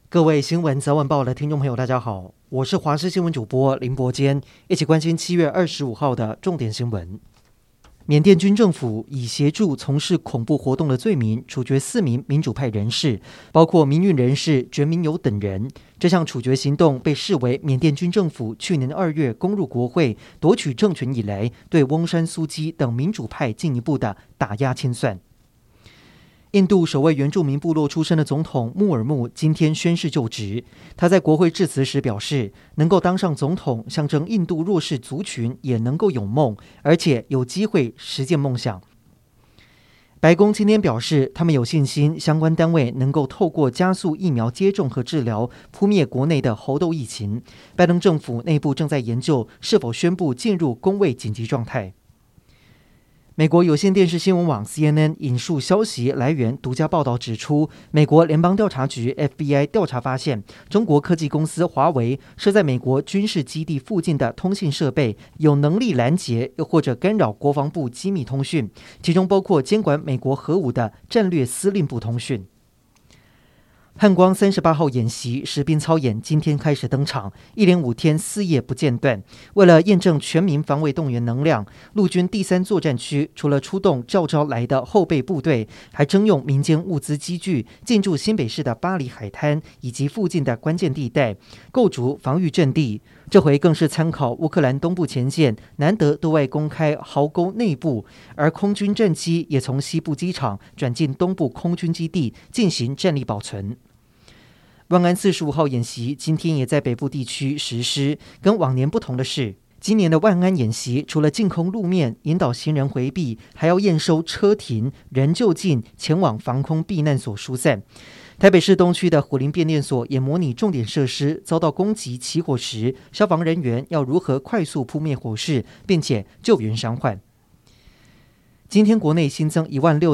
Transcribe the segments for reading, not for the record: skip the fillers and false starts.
各位新闻早晚报的听众朋友，大家好，我是华视新闻主播林伯坚，一起关心7月25号的重点新闻。缅甸军政府以协助从事恐怖活动的罪名处决4名民主派人士，包括民运人士觉明友等人。这项处决行动被视为缅甸军政府去年2月攻入国会夺取政权以来，对翁山苏基等民主派进一步的打压清算。印度首位原住民部落出身的总统穆尔穆今天宣誓就职。他在国会致辞时表示，能够当上总统，象征印度弱势族群也能够有梦，而且有机会实现梦想。白宫今天表示，他们有信心相关单位能够透过加速疫苗接种和治疗，扑灭国内的猴痘疫情。拜登政府内部正在研究是否宣布进入公卫紧急状态。美国有线电视新闻网 CNN 引述消息来源独家报道指出，美国联邦调查局 FBI 调查发现，中国科技公司华为设在美国军事基地附近的通信设备有能力拦截又或者干扰国防部机密通讯，其中包括监管美国核武的战略司令部通讯。汉光38号演习实兵操演今天开始登场，一连5天4夜不间断。为了验证全民防卫动员能量，陆军第3作战区除了出动召招来的后备部队，还征用民间物资机具进驻新北市的巴黎海滩以及附近的关键地带，构筑防御阵地。这回更是参考乌克兰东部前线难得对外公开壕沟内部，而空军战机也从西部机场转进东部空军基地进行战力保存。万安45号演习今天也在北部地区实施，跟往年不同的是，今年的万安演习除了净空路面引导行人回避，还要验收车停人就近前往防空避难所疏散。台北市东区的虎林变电所也模拟重点设施遭到攻击起火时，消防人员要如何快速扑灭火势，并且救援伤患。今天国内新增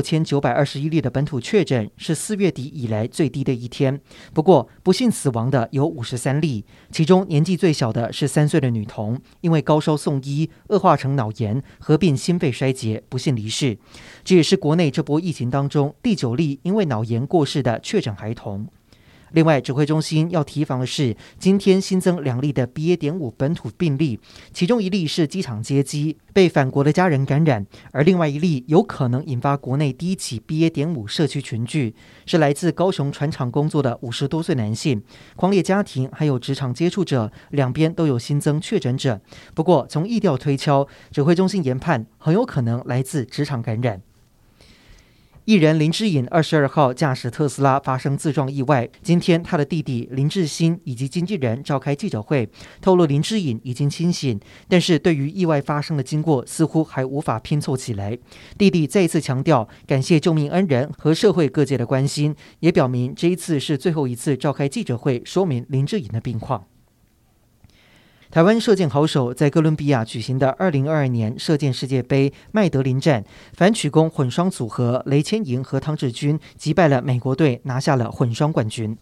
16921例的本土确诊，是4月底以来最低的一天。不过不幸死亡的有53例，其中年纪最小的是3岁的女童，因为高烧送医，恶化成脑炎，合并心肺衰竭，不幸离世。这也是国内这波疫情当中第9例因为脑炎过世的确诊孩童。另外，指挥中心要提防的是，今天新增2例的 BA.5 本土病例，其中1例是机场接机被返国的家人感染，而另外1例有可能引发国内第1起 BA.5 社区群聚，是来自高雄船厂工作的50多岁男性，匡列家庭还有职场接触者，两边都有新增确诊者。不过，从疫调推敲，指挥中心研判很有可能来自职场感染。艺人林志颖22号驾驶特斯拉发生自撞意外，今天他的弟弟林志兴以及经纪人召开记者会，透露林志颖已经清醒，但是对于意外发生的经过似乎还无法拼凑起来。弟弟再一次强调感谢救命恩人和社会各界的关心，也表明这一次是最后一次召开记者会说明林志颖的病况。台湾射箭好手在哥伦比亚举行的2022年射箭世界杯麦德林站反曲弓混双组合雷千莹和汤志军击败了美国队，拿下了混双冠军。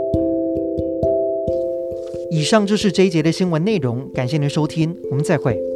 以上就是这一节的新闻内容，感谢您的收听，我们再会。